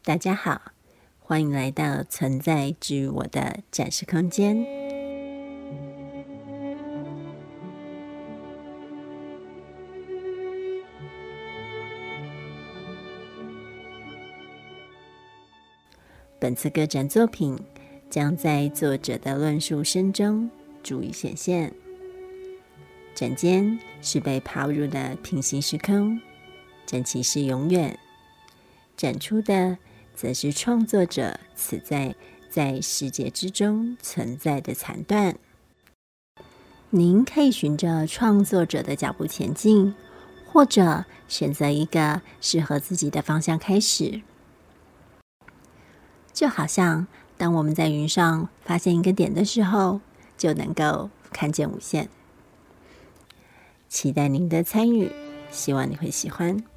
大家好，欢迎来到存在之于我的展示空间。本次个展作品将在作者的论述声中逐一显现。展间是被抛入的平行时空，展期是永远。展出的则是创作者此在世界之中存在的残段。您可以循着创作者的脚步前进，或者选择一个适合自己的方向开始。就好像当我们在云上发现一个点的时候，就能够看见无限。期待您的参与，希望你会喜欢。